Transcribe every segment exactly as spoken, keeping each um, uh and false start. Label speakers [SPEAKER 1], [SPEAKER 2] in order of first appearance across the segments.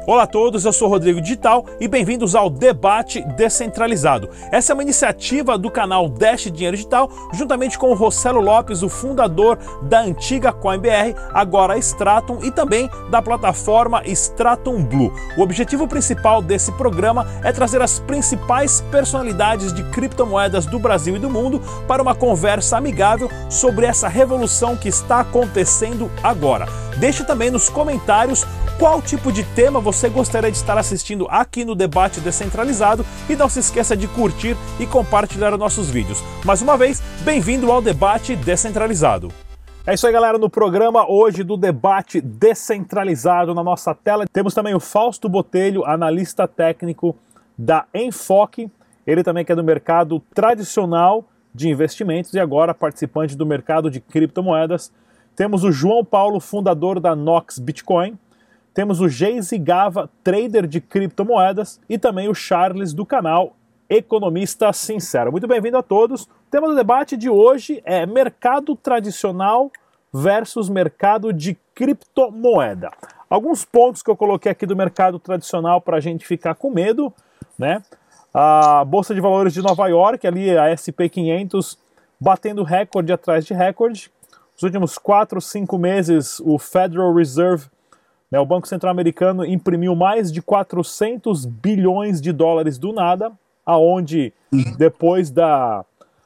[SPEAKER 1] Olá a todos, eu sou Rodrigo Digital e bem-vindos ao Debate Descentralizado. Essa é uma iniciativa do canal Dash Dinheiro Digital, juntamente com o Rossello Lopes, o fundador da antiga CoinBR, agora Stratum, e também da plataforma Stratum Blue. O objetivo principal desse programa é trazer as principais personalidades de criptomoedas do Brasil e do mundo para uma conversa amigável sobre essa revolução que está acontecendo agora. Deixe também nos comentários qual tipo de tema você gostaria de estar assistindo aqui no Debate Descentralizado e não se esqueça de curtir e compartilhar os nossos vídeos. Mais uma vez, bem-vindo ao Debate Descentralizado. É isso aí, galera, no programa hoje do Debate Descentralizado na nossa tela temos também o Fausto Botelho, analista técnico da Enfoque, ele também que é do mercado tradicional de investimentos e agora participante do mercado de criptomoedas. Temos o João Paulo, fundador da Nox Bitcoin. Temos o Geise Gava, trader de criptomoedas, e também o Charles do canal Economista Sincero. Muito bem-vindo a todos. O tema do debate de hoje é mercado tradicional versus mercado de criptomoeda. Alguns pontos que eu coloquei aqui do mercado tradicional para a gente ficar com medo, né? A Bolsa de Valores de Nova York, ali a S P quinhentos, batendo recorde atrás de recorde. Nos últimos quatro, cinco meses, o Federal Reserve, né, o Banco Central Americano, imprimiu mais de quatrocentos bilhões de dólares do nada, aonde depois da,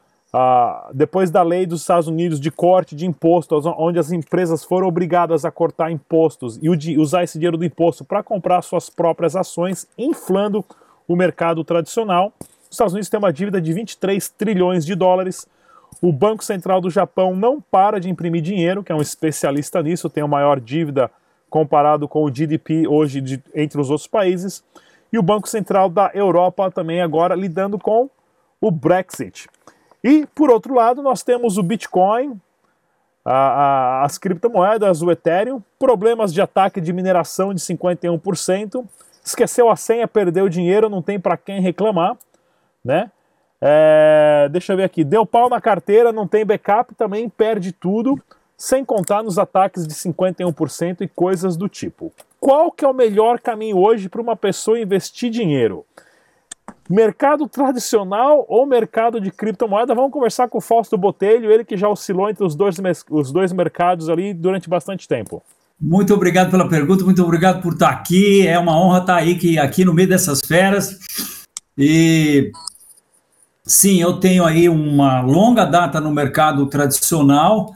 [SPEAKER 1] a, depois da lei dos Estados Unidos de corte de impostos, onde as empresas foram obrigadas a cortar impostos e o, usar esse dinheiro do imposto para comprar suas próprias ações, inflando o mercado tradicional. Os Estados Unidos têm uma dívida de vinte e três trilhões de dólares. O Banco Central do Japão não para de imprimir dinheiro, que é um especialista nisso, tem a maior dívida comparado com o G D P hoje de, entre os outros países, e o Banco Central da Europa também agora lidando com o Brexit. E, por outro lado, nós temos o Bitcoin, a, a, as criptomoedas, o Ethereum, problemas de ataque de mineração de cinquenta e um por cento, esqueceu a senha, perdeu dinheiro, não tem para quem reclamar, né? É, deixa eu ver aqui, deu pau na carteira, não tem backup, também perde tudo, sem contar nos ataques de cinquenta e um por cento e coisas do tipo. Qual que é o melhor caminho hoje para uma pessoa investir dinheiro? Mercado tradicional ou mercado de criptomoeda? Vamos conversar com o Fausto Botelho, ele que já oscilou entre os dois, os dois mercados ali durante bastante tempo.
[SPEAKER 2] Muito obrigado pela pergunta, muito obrigado por estar aqui, é uma honra estar aí, que, aqui no meio dessas feras. E sim, eu tenho aí uma longa data no mercado tradicional.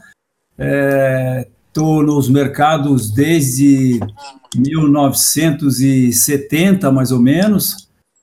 [SPEAKER 2] Estou é, nos mercados desde mil novecentos e setenta, mais ou menos,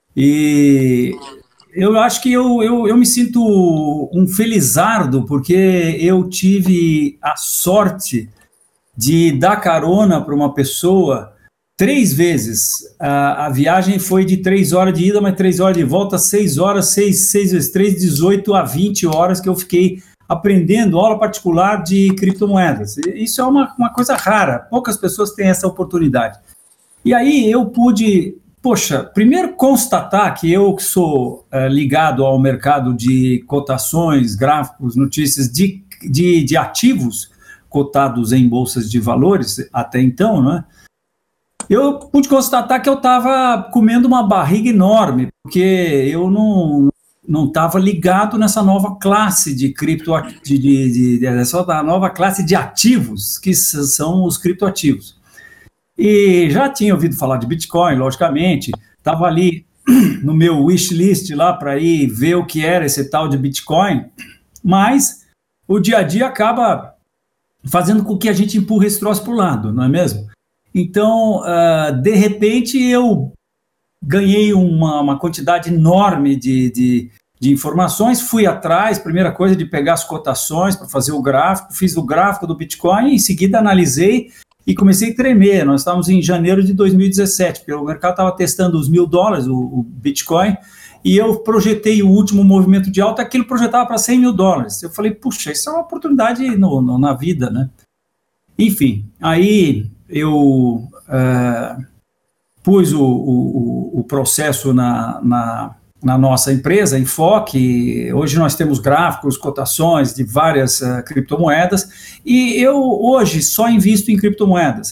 [SPEAKER 2] e eu acho que eu, eu, eu me sinto um felizardo, porque eu tive a sorte de dar carona para uma pessoa três vezes. A, a viagem foi de três horas de ida, mas três horas de volta, seis horas, seis, seis vezes três, dezoito a vinte horas que eu fiquei aprendendo aula particular de criptomoedas. Isso é uma, uma coisa rara, poucas pessoas têm essa oportunidade. E aí eu pude, poxa, primeiro constatar que eu que sou é, ligado ao mercado de cotações, gráficos, notícias de, de, de ativos cotados em bolsas de valores, até então, né? Eu pude constatar que eu estava comendo uma barriga enorme, porque eu não... não estava ligado nessa nova classe de cripto, de, de, de, de, essa nova classe de ativos, que são os criptoativos. E já tinha ouvido falar de Bitcoin, logicamente, estava ali no meu wishlist lá para ir ver o que era esse tal de Bitcoin, mas o dia a dia acaba fazendo com que a gente empurre esse troço para o lado, não é mesmo? Então, uh, de repente, eu ganhei uma, uma quantidade enorme de, de, de informações, fui atrás, primeira coisa, de pegar as cotações para fazer o gráfico, fiz o gráfico do Bitcoin, em seguida analisei e comecei a tremer. Nós estávamos em janeiro de dois mil e dezessete, porque o mercado estava testando os mil dólares, o, o Bitcoin, e eu projetei o último movimento de alta, aquilo projetava para cem mil dólares. Eu falei, puxa, isso é uma oportunidade no, no, na vida, né? Enfim, aí eu... Uh, pus o, o, o processo na, na, na nossa empresa, Enfoque. Hoje nós temos gráficos, cotações de várias uh, criptomoedas, e eu hoje só invisto em criptomoedas.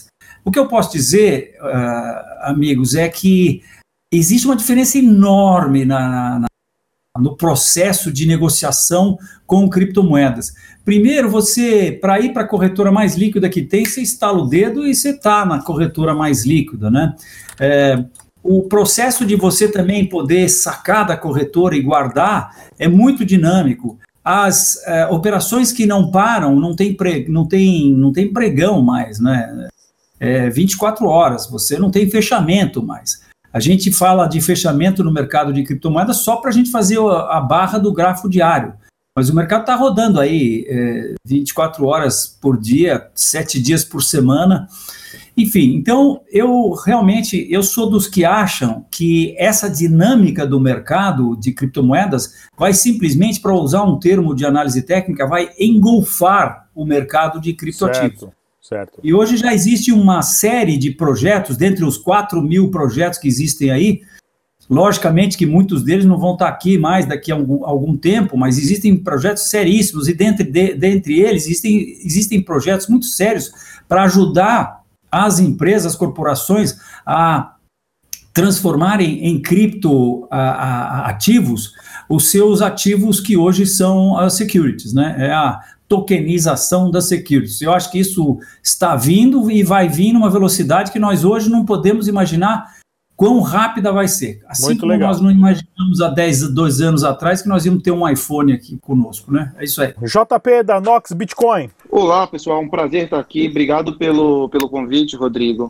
[SPEAKER 2] O que eu posso dizer, uh, amigos, é que existe uma diferença enorme na, na, no processo de negociação com criptomoedas. Primeiro, você, para ir para a corretora mais líquida que tem, você instala o dedo e você está na corretora mais líquida, né? É, o processo de você também poder sacar da corretora e guardar é muito dinâmico. As é, operações que não param, não tem, pre, não tem, não tem pregão mais, né? É vinte e quatro horas, você não tem fechamento mais. A gente fala de fechamento no mercado de criptomoedas só para a gente fazer a, a barra do gráfico diário. Mas o mercado está rodando aí é, vinte e quatro horas por dia, sete dias por semana. Enfim, então eu realmente eu sou dos que acham que essa dinâmica do mercado de criptomoedas vai simplesmente, para usar um termo de análise técnica, vai engolfar o mercado de criptoativos.
[SPEAKER 1] Certo, certo.
[SPEAKER 2] E hoje já existe uma série de projetos, dentre os quatro mil projetos que existem aí. Logicamente que muitos deles não vão estar aqui mais daqui a algum, algum tempo, mas existem projetos seríssimos e dentre, de, dentre eles existem, existem projetos muito sérios para ajudar as empresas, as corporações a transformarem em cripto a, a, ativos os seus ativos que hoje são as securities, né? É a tokenização das securities. Eu acho que isso está vindo e vai vir numa velocidade que nós hoje não podemos imaginar quão rápida vai ser. Assim
[SPEAKER 1] Muito
[SPEAKER 2] como
[SPEAKER 1] legal.
[SPEAKER 2] Nós não imaginamos há dez, dois anos atrás que nós íamos ter um iPhone aqui conosco, né? É isso aí.
[SPEAKER 1] J P da Nox Bitcoin.
[SPEAKER 3] Olá, pessoal. Um prazer estar aqui. Obrigado pelo, pelo convite, Rodrigo.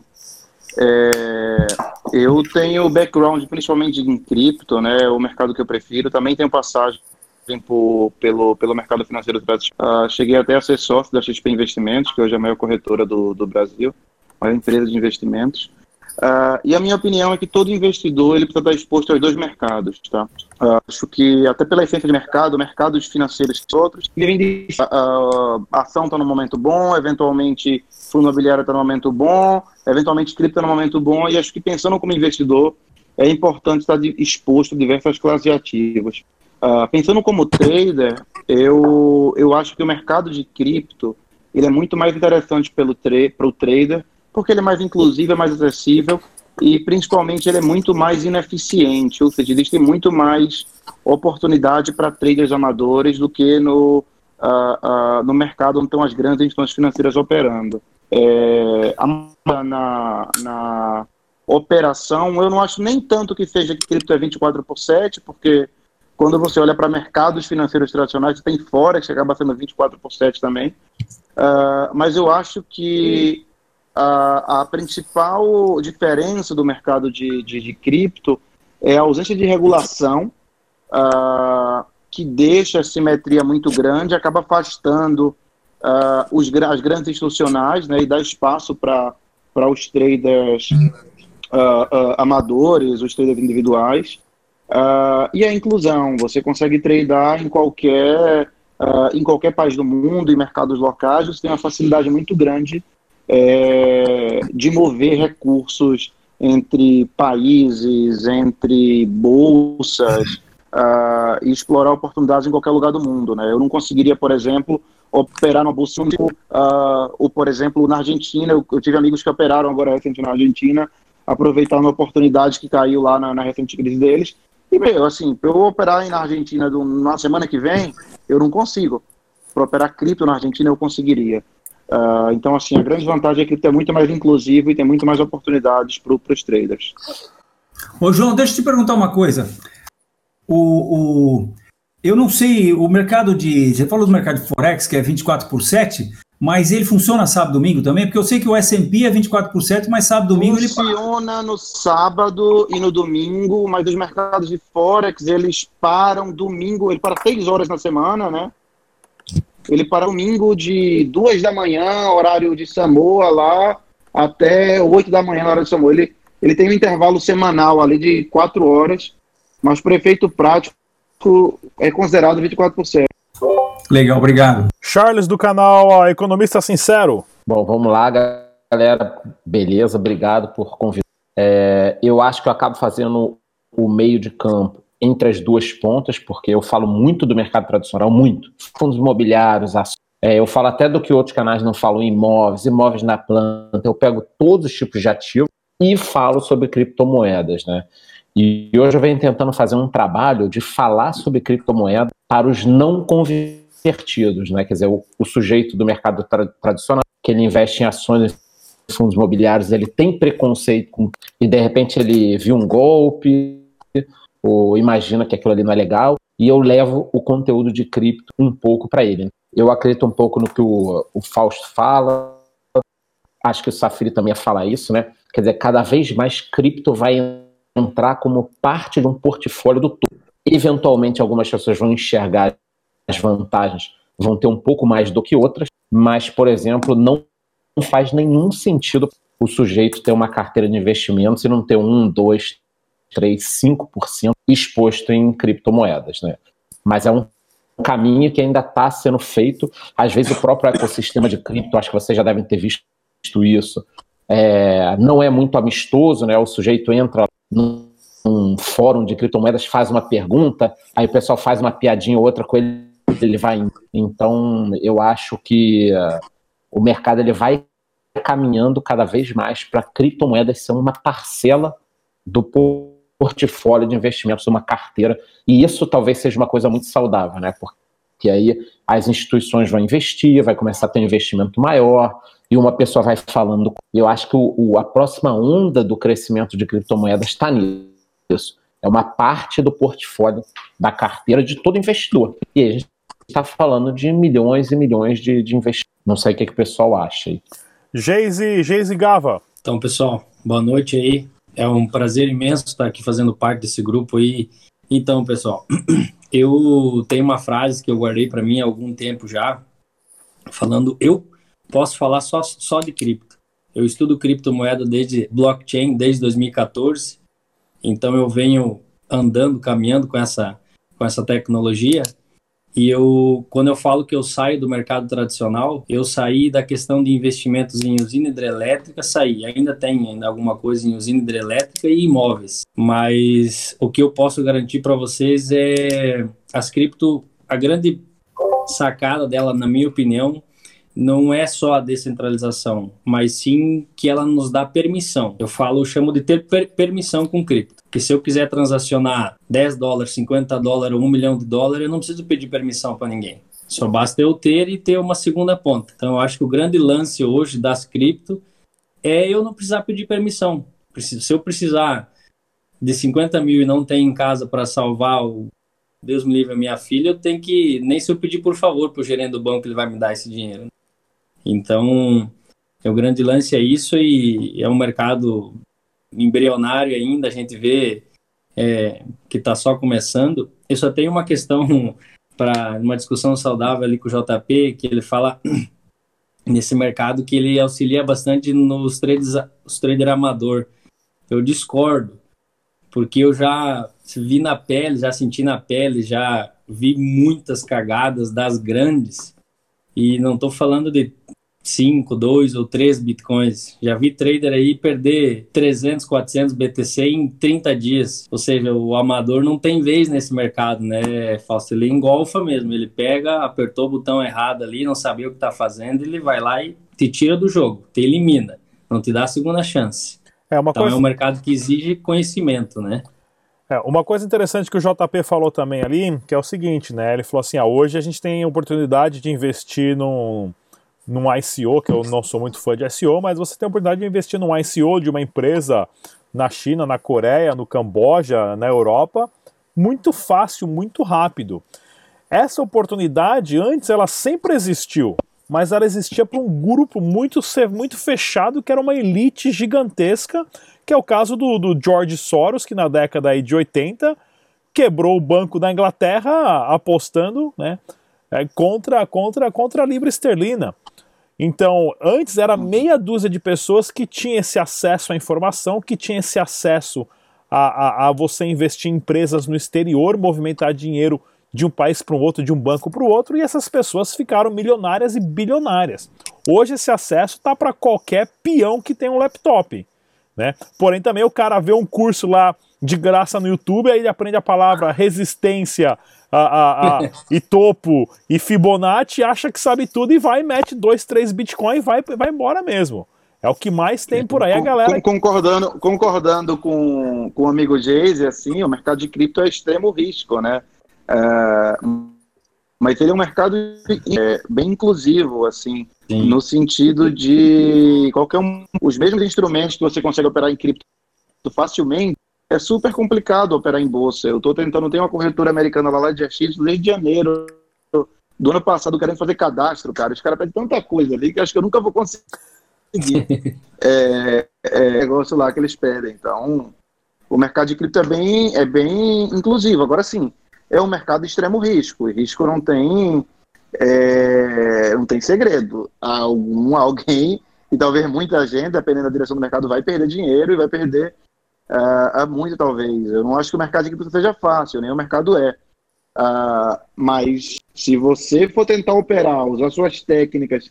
[SPEAKER 3] É, eu tenho background principalmente em cripto, né? O mercado que eu prefiro. Também tenho passagem por, pelo, pelo mercado financeiro tradicional. Uh, cheguei até a ser sócio da X P Investimentos, que hoje é a maior corretora do, do Brasil, maior empresa de investimentos. Uh, e a minha opinião é que todo investidor ele precisa estar exposto aos dois mercados, tá? Uh, acho que até pela essência de mercado, mercados financeiros e outros, vivem de, uh, a ação está no momento bom, eventualmente fundo imobiliário está no momento bom, eventualmente cripto está no momento bom, e acho que pensando como investidor é importante estar de, exposto a diversas classes de ativos. Uh, pensando como trader, eu, eu acho que o mercado de cripto ele é muito mais interessante pelo tra- para o trader, porque ele é mais inclusivo, é mais acessível e, principalmente, ele é muito mais ineficiente, ou seja, existe muito mais oportunidade para traders amadores do que no, uh, uh, no mercado onde estão as grandes instituições financeiras operando. É, na, na operação, eu não acho nem tanto que seja que cripto é vinte e quatro por sete, porque quando você olha para mercados financeiros tradicionais, tem Forex, que acaba sendo vinte e quatro por sete também, uh, mas eu acho que A, a principal diferença do mercado de, de, de cripto é a ausência de regulação, uh, que deixa a simetria muito grande, acaba afastando uh, os, as grandes institucionais, né, e dá espaço para os traders uh, uh, amadores, os traders individuais. Uh, e a inclusão, você consegue tradar em qualquer, uh, em qualquer país do mundo, em mercados locais, você tem uma facilidade muito grande É, de mover recursos entre países, entre bolsas, uh, e explorar oportunidades em qualquer lugar do mundo, né? Eu não conseguiria, por exemplo, operar numa bolsa, uh, ou, por exemplo, na Argentina. Eu, eu tive amigos que operaram agora recentemente na Argentina, aproveitando uma oportunidade que caiu lá na, na recente crise deles. E, meu, assim, para eu operar na Argentina do, na semana que vem, eu não consigo. Para operar cripto na Argentina, eu conseguiria. Uh, então, assim, a grande vantagem é que é muito mais inclusivo e tem muito mais oportunidades para os traders.
[SPEAKER 2] Ô, João, deixa eu te perguntar uma coisa. O, o, eu não sei, o mercado de... Você falou do mercado de Forex, que é vinte e quatro por sete, mas ele funciona sábado e domingo também? Porque eu sei que o S and P é vinte e quatro por sete, mas sábado e domingo ele...
[SPEAKER 3] Funciona no sábado e no domingo, mas os mercados de Forex, eles param domingo, ele para seis horas na semana, né? Ele para domingo de duas da manhã, horário de Samoa, lá, até oito da manhã, hora de Samoa. Ele, ele tem um intervalo semanal ali de quatro horas, mas para efeito prático é considerado vinte e quatro por sete.
[SPEAKER 2] Legal, obrigado.
[SPEAKER 1] Charles, do canal Economista Sincero.
[SPEAKER 4] Bom, vamos lá, galera. Beleza, obrigado por convidar. É, eu acho que eu acabo fazendo o meio de campo entre as duas pontas, porque eu falo muito do mercado tradicional, muito. Fundos imobiliários, ações, É, eu falo até do que outros canais não falam, imóveis, imóveis na planta, eu pego todos os tipos de ativos e falo sobre criptomoedas, né? E hoje eu venho tentando fazer um trabalho de falar sobre criptomoedas para os não convertidos, né? Quer dizer, o, o sujeito do mercado tra tradicional, que ele investe em ações, em fundos imobiliários, ele tem preconceito com, e de repente ele viu um golpe, ou imagina que aquilo ali não é legal, e eu levo o conteúdo de cripto um pouco para ele. Eu acredito um pouco no que o, o Fausto fala, acho que o Safiri também ia falar isso, né? Quer dizer, cada vez mais cripto vai entrar como parte de um portfólio do todo. Eventualmente, algumas pessoas vão enxergar as vantagens, vão ter um pouco mais do que outras, mas, por exemplo, não faz nenhum sentido o sujeito ter uma carteira de investimentos e não ter um, dois, três, cinco por cento exposto em criptomoedas, né? Mas é um caminho que ainda está sendo feito. Às vezes o próprio ecossistema de cripto, acho que vocês já devem ter visto isso, é, não é muito amistoso, né? O sujeito entra num, num fórum de criptomoedas, faz uma pergunta, aí o pessoal faz uma piadinha ou outra com ele, ele vai indo. Então eu acho que uh, o mercado ele vai caminhando cada vez mais para criptomoedas ser uma parcela do portfólio de investimentos de uma carteira, e isso talvez seja uma coisa muito saudável, né? Porque aí as instituições vão investir, vai começar a ter um investimento maior, e uma pessoa vai falando. Eu acho que o, o, a próxima onda do crescimento de criptomoedas está nisso. É uma parte do portfólio da carteira de todo investidor. E aí a gente está falando de milhões e milhões de, de investimentos. Não sei o que, que o pessoal acha aí.
[SPEAKER 1] Geise, Geise Gava.
[SPEAKER 5] Então, pessoal, boa noite aí. É um prazer imenso estar aqui fazendo parte desse grupo aí. Então, pessoal, eu tenho uma frase que eu guardei para mim há algum tempo já, falando, eu posso falar só, só de cripto. Eu estudo criptomoeda desde blockchain, desde dois mil e quatorze, então eu venho andando, caminhando com essa, com essa tecnologia. E eu, quando eu falo que eu saio do mercado tradicional, eu saí da questão de investimentos em usina hidrelétrica, saí. Ainda tem ainda alguma coisa em usina hidrelétrica e imóveis. Mas o que eu posso garantir para vocês é as cripto, a grande sacada dela, na minha opinião, não é só a descentralização, mas sim que ela nos dá permissão. Eu falo, eu chamo de ter per permissão com cripto. Porque se eu quiser transacionar dez dólares, cinquenta dólares ou um milhão de dólares, eu não preciso pedir permissão para ninguém. Só basta eu ter e ter uma segunda ponta. Então eu acho que o grande lance hoje das cripto é eu não precisar pedir permissão. Se eu precisar de cinquenta mil e não ter em casa para salvar o Deus me livre a minha filha, eu tenho que, nem se eu pedir por favor para o gerente do banco, ele vai me dar esse dinheiro. Então, o grande lance é isso, e é um mercado embrionário ainda, a gente vê é, que está só começando. Eu só tenho uma questão para uma discussão saudável ali com o J P, que ele fala nesse mercado que ele auxilia bastante nos traders, os traders amador. Eu discordo, porque eu já vi na pele, já senti na pele, já vi muitas cagadas das grandes, e não estou falando de cinco, dois ou três bitcoins. Já vi trader aí perder trezentos, quatrocentos B T C em trinta dias. Ou seja, o amador não tem vez nesse mercado, né, Fausto? Ele engolfa mesmo. Ele pega, apertou o botão errado ali, não sabia o que está fazendo, ele vai lá e te tira do jogo, te elimina, não te dá a segunda chance.
[SPEAKER 1] É uma
[SPEAKER 5] então
[SPEAKER 1] coisa...
[SPEAKER 5] é um mercado que exige conhecimento, né?
[SPEAKER 1] É, uma coisa interessante que o J P falou também ali, que é o seguinte, né? Ele falou assim, ah, hoje a gente tem a oportunidade de investir num, num I C O, que eu não sou muito fã de I C O, mas você tem a oportunidade de investir num I C O de uma empresa na China, na Coreia, no Camboja, na Europa, muito fácil, muito rápido. Essa oportunidade, antes, ela sempre existiu, mas ela existia para um grupo muito, muito fechado, que era uma elite gigantesca, que é o caso do, do George Soros, que na década aí de oitenta quebrou o banco da Inglaterra apostando, né, contra, contra, contra a libra esterlina. Então, antes era meia dúzia de pessoas que tinham esse acesso à informação, que tinham esse acesso a, a, a você investir em empresas no exterior, movimentar dinheiro de um país para o outro, de um banco para o outro, e essas pessoas ficaram milionárias e bilionárias. Hoje esse acesso está para qualquer peão que tem um laptop. né? Porém, também o cara vê um curso lá de graça no YouTube, aí ele aprende a palavra resistência a, a, a, e topo e Fibonacci, acha que sabe tudo e vai, mete dois, três Bitcoin e vai, vai embora mesmo. É o que mais tem por aí, a galera...
[SPEAKER 3] Concordando, concordando com, com o amigo Geise, assim, o mercado de cripto é extremo risco, né? É, mas ele é um mercado é, bem inclusivo, assim, Sim. no sentido de qualquer um... Os mesmos instrumentos que você consegue operar em cripto facilmente, é super complicado operar em bolsa. Eu estou tentando, tem uma corretora americana lá, lá de X desde janeiro do ano passado, querendo fazer cadastro, cara. Os caras pedem tanta coisa ali que acho que eu nunca vou conseguir. é, é negócio lá que eles pedem. Então, o mercado de cripto é bem, é bem inclusivo. Agora sim, é um mercado de extremo risco. E risco não tem, é, não tem segredo. Algum, alguém, e talvez muita gente, dependendo da direção do mercado, vai perder dinheiro e vai perder uh, muito, talvez. Eu não acho que o mercado de cripto seja fácil, nem o mercado é. Uh, mas se você for tentar operar, usar suas técnicas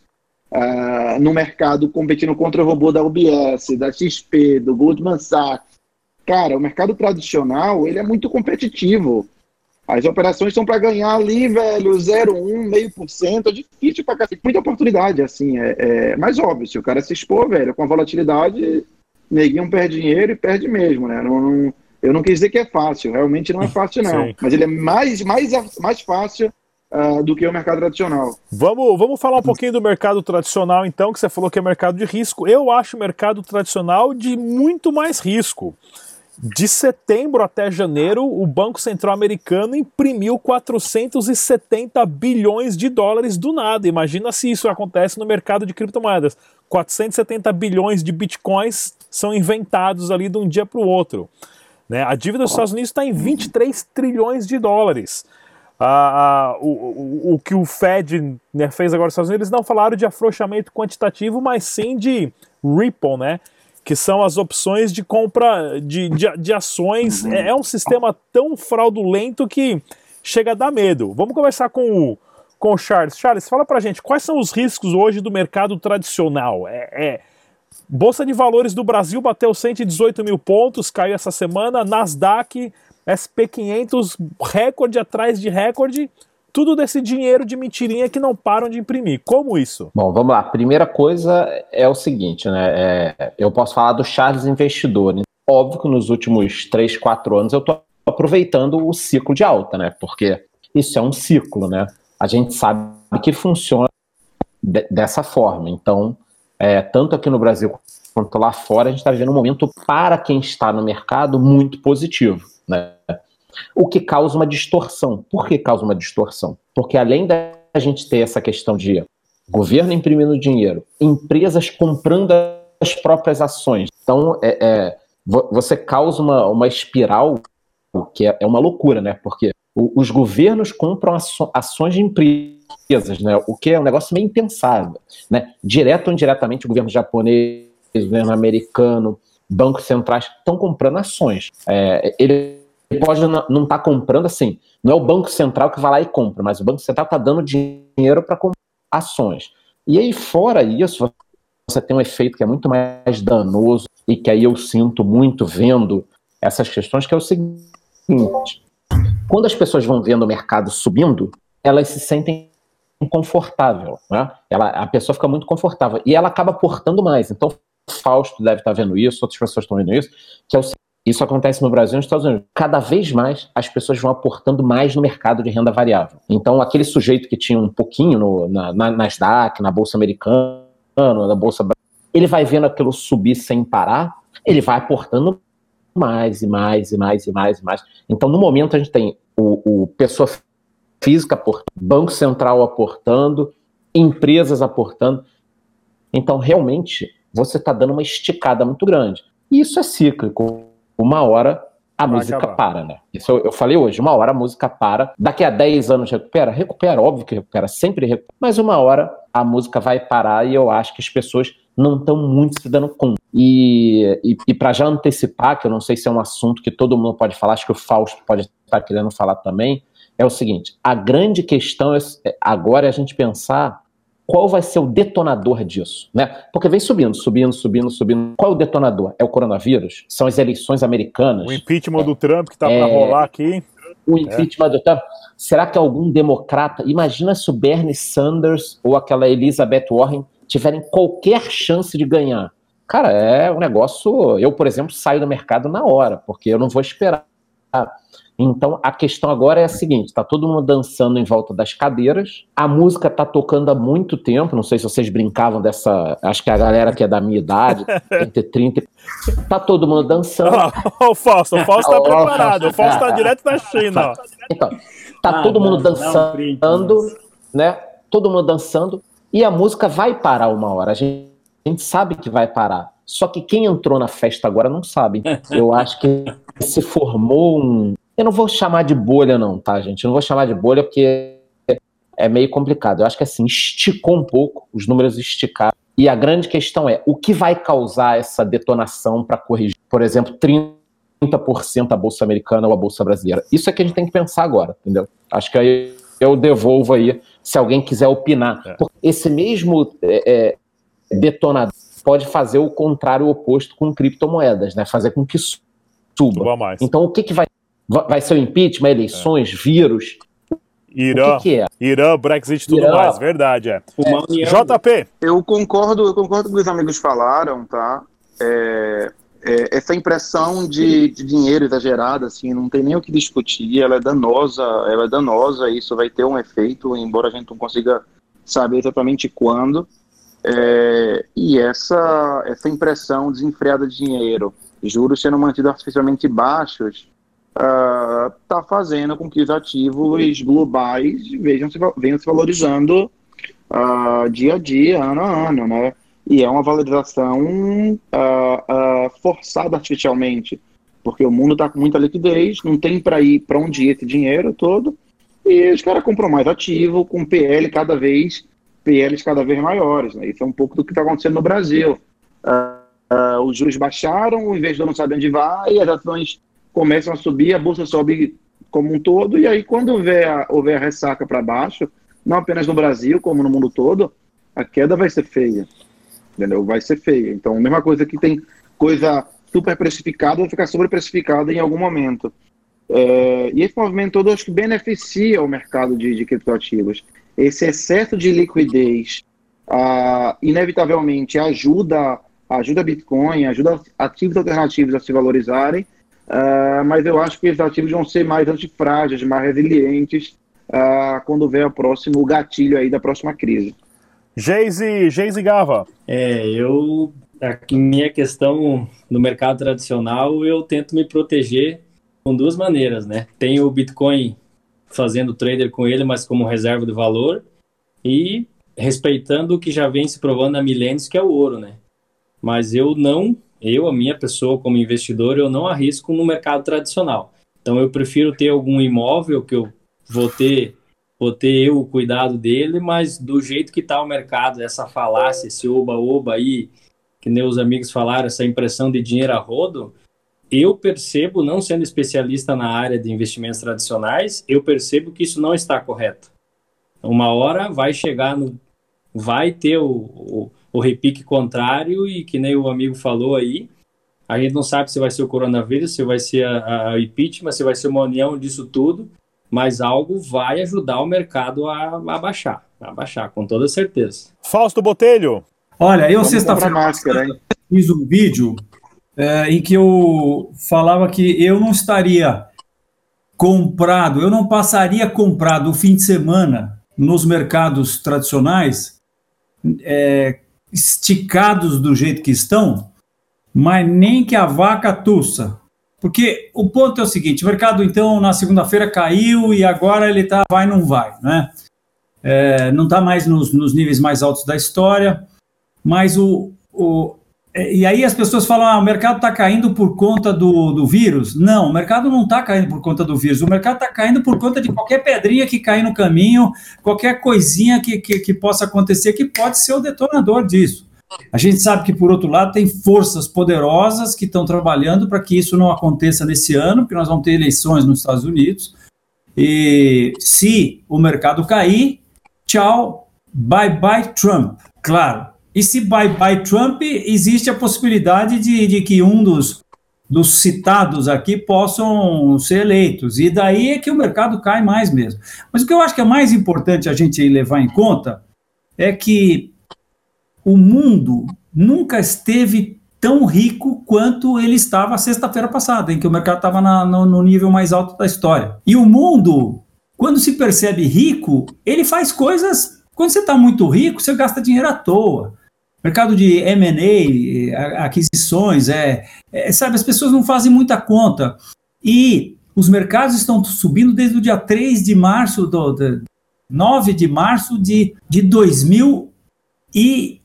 [SPEAKER 3] Uh, no mercado competindo contra o robô da U B S, da X P, do Goldman Sachs, cara, o mercado tradicional, ele é muito competitivo. As operações são para ganhar ali, velho, zero vírgula um, meio por cento, é difícil pra cacete, muita oportunidade, assim, é, é mais óbvio, se o cara se expor, velho, com a volatilidade, neguinho perde dinheiro e perde mesmo, né, não, não, eu não quis dizer que é fácil, realmente não é fácil não, mas ele é mais, mais, mais fácil Uh, do que o mercado tradicional.
[SPEAKER 1] Vamos, vamos falar um pouquinho do mercado tradicional, então, que você falou que é mercado de risco. Eu acho o mercado tradicional de muito mais risco. De setembro até janeiro, o Banco Central Americano imprimiu quatrocentos e setenta bilhões de dólares do nada. Imagina se isso acontece no mercado de criptomoedas. quatrocentos e setenta bilhões de bitcoins são inventados ali de um dia para o outro, né? A dívida dos Estados Unidos está em vinte e três trilhões de dólares. Ah, ah, o, o, o que o Fed, né, fez agora nos Estados Unidos, eles não falaram de afrouxamento quantitativo, mas sim de Ripple, né, que são as opções de compra de, de, de ações. É, é um sistema tão fraudulento que chega a dar medo. Vamos conversar com o, com o Charles. Charles, fala pra gente, quais são os riscos hoje do mercado tradicional? É, é, Bolsa de Valores do Brasil bateu cento e dezoito mil pontos, caiu essa semana, Nasdaq, S P quinhentos, recorde atrás de recorde, tudo desse dinheiro de mentirinha que não param de imprimir. Como isso?
[SPEAKER 4] Bom, vamos lá. Primeira coisa é o seguinte, né? É, eu posso falar do Charles investidor, né? Óbvio que nos últimos três, quatro anos eu estou aproveitando o ciclo de alta, né? Porque isso é um ciclo, né? A gente sabe que funciona de, dessa forma. Então, é, tanto aqui no Brasil quanto lá fora, a gente está vivendo um momento, para quem está no mercado, muito positivo, né? O que causa uma distorção. Por que causa uma distorção? Porque além da gente ter essa questão de governo imprimindo dinheiro, empresas comprando as próprias ações, então é, é, você causa uma, uma espiral que é, é uma loucura, né? Porque o, os governos compram aço, ações de empresas, né? O que é um negócio meio impensável, né? Direto ou indiretamente, o governo japonês, o governo americano, bancos centrais estão comprando ações. É, ele pode não estar tá comprando assim, não é o Banco Central que vai lá e compra, mas o Banco Central está dando dinheiro para comprar ações. E aí, fora isso, você tem um efeito que é muito mais danoso e que aí eu sinto muito vendo essas questões, que é o seguinte: quando as pessoas vão vendo o mercado subindo, elas se sentem confortável, né? Ela, a pessoa fica muito confortável e ela acaba aportando mais. Então, o Fausto deve estar vendo isso, outras pessoas estão vendo isso, que é o seguinte: isso acontece no Brasil e nos Estados Unidos. Cada vez mais as pessoas vão aportando mais no mercado de renda variável. Então, aquele sujeito que tinha um pouquinho no, na, na Nasdaq, na Bolsa Americana, na Bolsa Brasileira, ele vai vendo aquilo subir sem parar, ele vai aportando mais e mais e mais e mais e mais. Então, no momento, a gente tem o, o pessoa física aportando, Banco Central aportando, empresas aportando. Então, realmente, você está dando uma esticada muito grande. E isso é cíclico. Uma hora a Vai música acabar. para, né? Isso eu, eu falei hoje, uma hora a música para, daqui a dez anos recupera? Recupera, óbvio que recupera, sempre recupera, mas uma hora a música vai parar e eu acho que as pessoas não estão muito se dando conta. E, e, e para já antecipar, que eu não sei se é um assunto que todo mundo pode falar, acho que o Fausto pode estar querendo falar também, é o seguinte: a grande questão é, agora é a gente pensar qual vai ser o detonador disso, né? Porque vem subindo, subindo, subindo, subindo. Qual é o detonador? É o coronavírus? São as eleições americanas?
[SPEAKER 1] O impeachment do Trump que tá
[SPEAKER 4] É...
[SPEAKER 1] para rolar aqui.
[SPEAKER 4] O impeachment é. do Trump. Será que algum democrata... Imagina se o Bernie Sanders ou aquela Elizabeth Warren tiverem qualquer chance de ganhar. Cara, é um negócio... Eu, por exemplo, saio do mercado na hora, porque eu não vou esperar. Então, a questão agora é a seguinte, tá todo mundo dançando em volta das cadeiras, a música tá tocando há muito tempo, não sei se vocês brincavam dessa... Acho que a galera que é da minha idade, entre trinta... Tá todo mundo dançando.
[SPEAKER 1] Ó, o Fausto, o Fausto tá preparado, o Fausto tá direto da China, ó.
[SPEAKER 4] Então, tá ah, todo mundo dançando, print, né? Todo mundo dançando, e a música vai parar uma hora, a gente, a gente sabe que vai parar. Só que quem entrou na festa agora não sabe. Eu acho que se formou um... Eu não vou chamar de bolha não, tá, gente? Eu não vou chamar de bolha porque é meio complicado. Eu acho que assim, esticou um pouco, os números esticaram. E a grande questão é, o que vai causar essa detonação para corrigir, por exemplo, trinta por cento a Bolsa Americana ou a Bolsa Brasileira? Isso é que a gente tem que pensar agora, entendeu? Acho que aí eu devolvo aí, se alguém quiser opinar. É. Esse mesmo é, detonador pode fazer o contrário, o oposto com criptomoedas, né? Fazer com que suba. Mais. Então, o que, que vai... Vai ser o impeachment, eleições, é. vírus?
[SPEAKER 1] Irã,
[SPEAKER 4] o que que é?
[SPEAKER 1] Irã, Brexit e tudo
[SPEAKER 4] Irã.
[SPEAKER 1] mais, verdade, é.
[SPEAKER 3] é.
[SPEAKER 1] J P.
[SPEAKER 3] Eu concordo, eu concordo com o que os amigos falaram, tá? É, é, essa impressão de, de dinheiro exagerada, assim, não tem nem o que discutir, ela é danosa, ela é danosa, isso vai ter um efeito, embora a gente não consiga saber exatamente quando. É, e essa, essa impressão desenfreada de dinheiro, juros sendo mantidos artificialmente baixos, está uh, fazendo com que os ativos globais vejam se, venham se valorizando uh, dia a dia, ano a ano, né? E é uma valorização uh, uh, forçada artificialmente, porque o mundo está com muita liquidez, não tem para ir para onde ir esse dinheiro todo, e os caras compram mais ativo, com P L cada vez, P Ls cada vez maiores, né? Isso é um pouco do que está acontecendo no Brasil. Uh, uh, os juros baixaram, o investidor não sabe onde vai, e as ações começam a subir, a bolsa sobe como um todo, e aí quando houver a, houver a ressaca para baixo, não apenas no Brasil, como no mundo todo, a queda vai ser feia, entendeu? Vai ser feia. Então, a mesma coisa que tem coisa super precificada, vai ficar sobreprecificada em algum momento. É, e esse movimento todo, acho que beneficia o mercado de, de criptoativos. Esse excesso de liquidez, ah, inevitavelmente, ajuda, ajuda Bitcoin, ajuda ativos alternativos a se valorizarem, Uh, mas eu acho que os ativos vão ser mais antifrágeis, mais resilientes uh, quando vier o próximo gatilho aí da próxima crise.
[SPEAKER 1] Geise, Geise Gava.
[SPEAKER 5] É, eu, a minha questão no mercado tradicional, eu tento me proteger com duas maneiras, né? Tem o Bitcoin fazendo trader com ele, mas como reserva de valor, e respeitando o que já vem se provando há milênios, que é o ouro, né? Mas eu não... Eu, a minha pessoa como investidor, eu não arrisco no mercado tradicional. Então eu prefiro ter algum imóvel que eu vou ter, vou ter eu o cuidado dele, mas do jeito que está o mercado, essa falácia, esse oba-oba aí, que nem os amigos falaram, essa impressão de dinheiro a rodo, eu percebo, não sendo especialista na área de investimentos tradicionais, eu percebo que isso não está correto. Uma hora vai chegar no... vai ter o... o o repique contrário, e que nem o amigo falou aí, a gente não sabe se vai ser o coronavírus, se vai ser a, a impeachment, se vai ser uma união disso tudo, mas algo vai ajudar o mercado a, a baixar, a baixar, com toda certeza.
[SPEAKER 1] Fausto Botelho.
[SPEAKER 2] Olha, eu sexta-feira fiz um vídeo é, em que eu falava que eu não estaria comprado, eu não passaria comprado o fim de semana nos mercados tradicionais, é, esticados do jeito que estão, mas nem que a vaca tussa. Porque o ponto é o seguinte, o mercado, então, na segunda-feira caiu e agora ele tá, vai, não vai, né? É, não está mais nos, nos níveis mais altos da história, mas o... o e aí as pessoas falam, ah, o mercado está caindo por conta do, do vírus. Não, o mercado não está caindo por conta do vírus, o mercado está caindo por conta de qualquer pedrinha que cair no caminho, qualquer coisinha que, que, que possa acontecer, que pode ser o detonador disso. A gente sabe que, por outro lado, tem forças poderosas que estão trabalhando para que isso não aconteça nesse ano, porque nós vamos ter eleições nos Estados Unidos, e se o mercado cair, tchau, bye bye Trump, claro. E se bye bye Trump, existe a possibilidade de, de que um dos, dos citados aqui possam ser eleitos. E daí é que o mercado cai mais mesmo. Mas o que eu acho que é mais importante a gente levar em conta é que o mundo nunca esteve tão rico quanto ele estava sexta-feira passada, em que o mercado estava na, no, no nível mais alto da história. E o mundo, quando se percebe rico, ele faz coisas... Quando você está muito rico, você gasta dinheiro à toa. Mercado de M and A, aquisições, é, é, sabe, as pessoas não fazem muita conta. E os mercados estão subindo desde o dia três de março, do, do, nove de março de, de dois mil e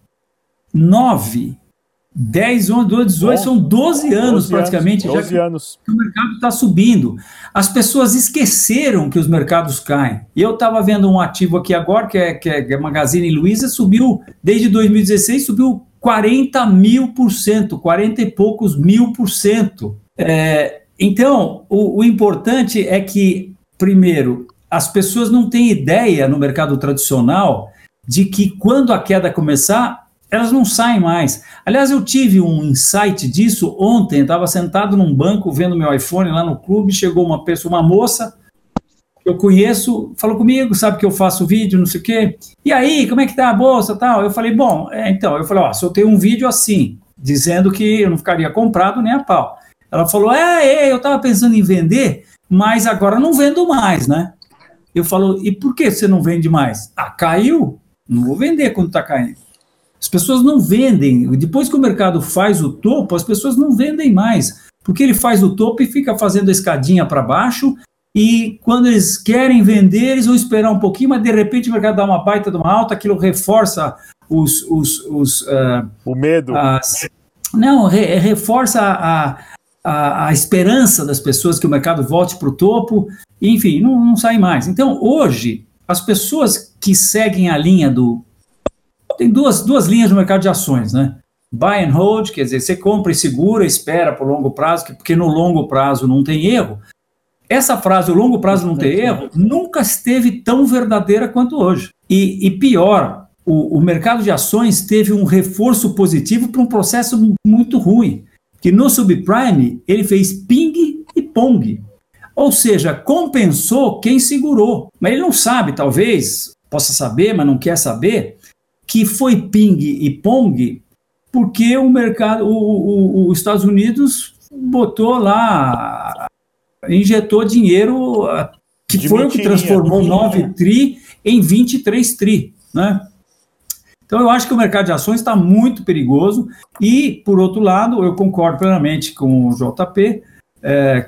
[SPEAKER 2] nove. dez, onze, doze, dezoito, Bom, são doze anos doze praticamente
[SPEAKER 1] anos,
[SPEAKER 2] já que,
[SPEAKER 1] anos.
[SPEAKER 2] que o mercado está subindo. As pessoas esqueceram que os mercados caem. Eu estava vendo um ativo aqui agora, que é, que é Magazine Luiza, subiu, desde dois mil e dezesseis, subiu quarenta mil por cento, quarenta e poucos mil por cento. É, então, o, o importante é que, primeiro, as pessoas não têm ideia no mercado tradicional de que quando a queda começar, elas não saem mais. Aliás, eu tive um insight disso ontem, estava sentado num banco vendo meu iPhone lá no clube, chegou uma pessoa, uma moça que eu conheço, falou comigo, sabe que eu faço vídeo, não sei o quê. E aí, como é que tá a bolsa, tal? Eu falei, bom, é, então, eu falei, ó, se eu tenho um vídeo assim, dizendo que eu não ficaria comprado nem a pau. Ela falou, é, é eu estava pensando em vender, mas agora não vendo mais, né? Eu falo, e por que você não vende mais? Ah, caiu, não vou vender quando está caindo. As pessoas não vendem. Depois que o mercado faz o topo, as pessoas não vendem mais, porque ele faz o topo e fica fazendo a escadinha para baixo, e quando eles querem vender, eles vão esperar um pouquinho, mas de repente o mercado dá uma baita de uma alta, aquilo reforça os... os, os uh,
[SPEAKER 1] o medo.
[SPEAKER 2] As, não, re, reforça a, a, a esperança das pessoas que o mercado volte para o topo, enfim, não, não sai mais. Então, hoje, as pessoas que seguem a linha do... Tem duas, duas linhas no mercado de ações, né? Buy and hold, quer dizer, você compra e segura, espera por longo prazo, porque no longo prazo não tem erro. Essa frase, o longo prazo não tem erro, nunca esteve tão verdadeira quanto hoje. E, e pior, o, o mercado de ações teve um reforço positivo para um processo muito ruim, que no subprime ele fez ping e pong. Ou seja, compensou quem segurou. Mas ele não sabe, talvez, possa saber, mas não quer saber, que foi ping e pong porque o mercado, o, o, os Estados Unidos botou lá, injetou dinheiro, que de foi o que transformou nove tri em vinte e três tri, né? Então eu acho que o mercado de ações está muito perigoso e, por outro lado, eu concordo plenamente com o J P, é,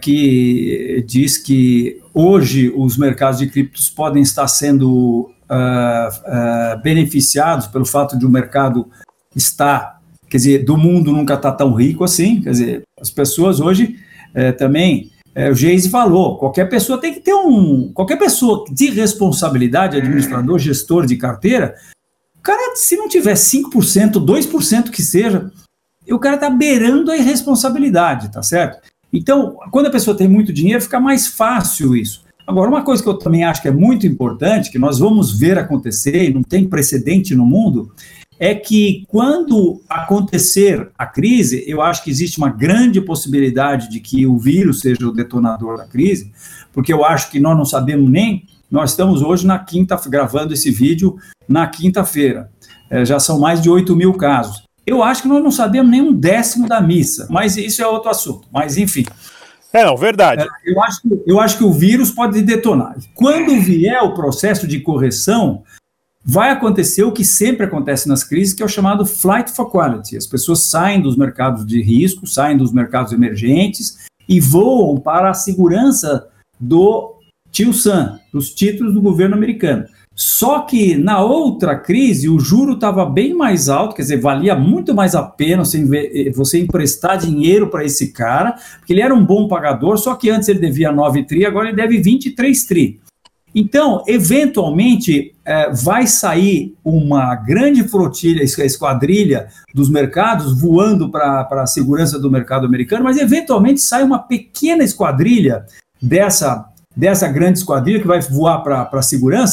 [SPEAKER 2] que diz que hoje os mercados de criptos podem estar sendo Uh, uh, beneficiados pelo fato de o mercado estar, quer dizer, do mundo nunca está tão rico assim, quer dizer, as pessoas hoje uh, também, uh, o Geise falou, qualquer pessoa tem que ter um, qualquer pessoa de responsabilidade, administrador, gestor de carteira, o cara, se não tiver cinco por cento, dois por cento que seja, o cara está beirando a irresponsabilidade, tá certo? Então, quando a pessoa tem muito dinheiro, fica mais fácil isso. Agora, uma coisa que eu também acho que é muito importante, que nós vamos ver acontecer, e não tem precedente no mundo, é que quando acontecer a crise, eu acho que existe uma grande possibilidade de que o vírus seja o detonador da crise, porque eu acho que nós não sabemos nem, nós estamos hoje na quinta, gravando esse vídeo na quinta-feira, é, já são mais de oito mil casos. Eu acho que nós não sabemos nem um décimo da missa, mas isso é outro assunto, mas enfim...
[SPEAKER 1] É, não, verdade.
[SPEAKER 2] Eu acho, eu acho que o vírus pode detonar. Quando vier o processo de correção, vai acontecer o que sempre acontece nas crises, que é o chamado flight for quality. As pessoas saem dos mercados de risco, saem dos mercados emergentes e voam para a segurança do tio Sam, dos títulos do governo americano. Só que na outra crise o juro estava bem mais alto, quer dizer, valia muito mais a pena você, você emprestar dinheiro para esse cara, porque ele era um bom pagador, só que antes ele devia nove tri, agora ele deve vinte e três tri. Então, eventualmente, é, vai sair uma grande flotilha, esquadrilha dos mercados voando para a segurança do mercado americano, mas eventualmente sai uma pequena esquadrilha dessa, dessa grande esquadrilha que vai voar para a segurança,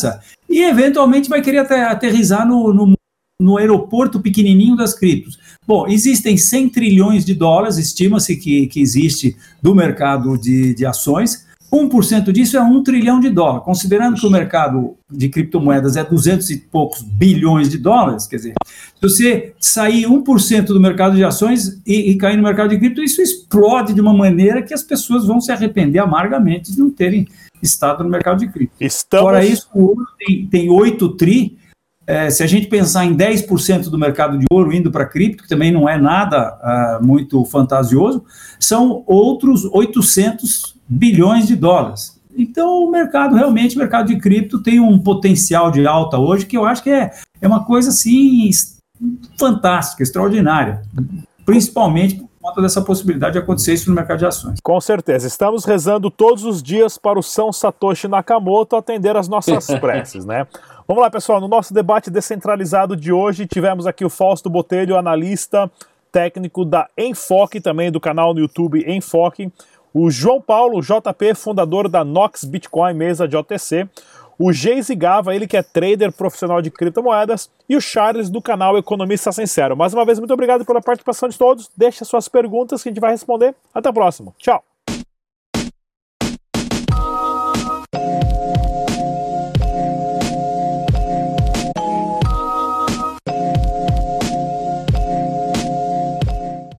[SPEAKER 2] e eventualmente vai querer aterrissar no, no, no aeroporto pequenininho das criptos. Bom, existem cem trilhões de dólares, estima-se que, que existe do mercado de, de ações. um por cento disso é um trilhão de dólares. Considerando que o mercado de criptomoedas é duzentos e poucos bilhões de dólares, quer dizer, se você sair um por cento do mercado de ações e, e cair no mercado de cripto, isso explode de uma maneira que as pessoas vão se arrepender amargamente de não terem estado no mercado de cripto.
[SPEAKER 1] Estamos...
[SPEAKER 2] Fora isso, o ouro tem, tem oito tri. É, se a gente pensar em dez por cento do mercado de ouro indo para cripto, que também não é nada uh, muito fantasioso, são outros oitocentos bilhões de dólares. Então, o mercado, realmente, o mercado de cripto tem um potencial de alta hoje que eu acho que é, é uma coisa, assim, fantástica, extraordinária, principalmente por conta dessa possibilidade de acontecer isso no mercado de ações.
[SPEAKER 1] Com certeza. Estamos rezando todos os dias para o São Satoshi Nakamoto atender as nossas preces, né? Vamos lá, pessoal. No nosso debate descentralizado de hoje, tivemos aqui o Fausto Botelho, analista técnico da Enfoque, também do canal no YouTube Enfoque. O João Paulo, J P, fundador da Nox Bitcoin, mesa de O T C. O Geise Gava, ele que é trader profissional de criptomoedas. E o Charles, do canal Economista Sincero. Mais uma vez, muito obrigado pela participação de todos. Deixe suas perguntas que a gente vai responder. Até o próximo. Tchau.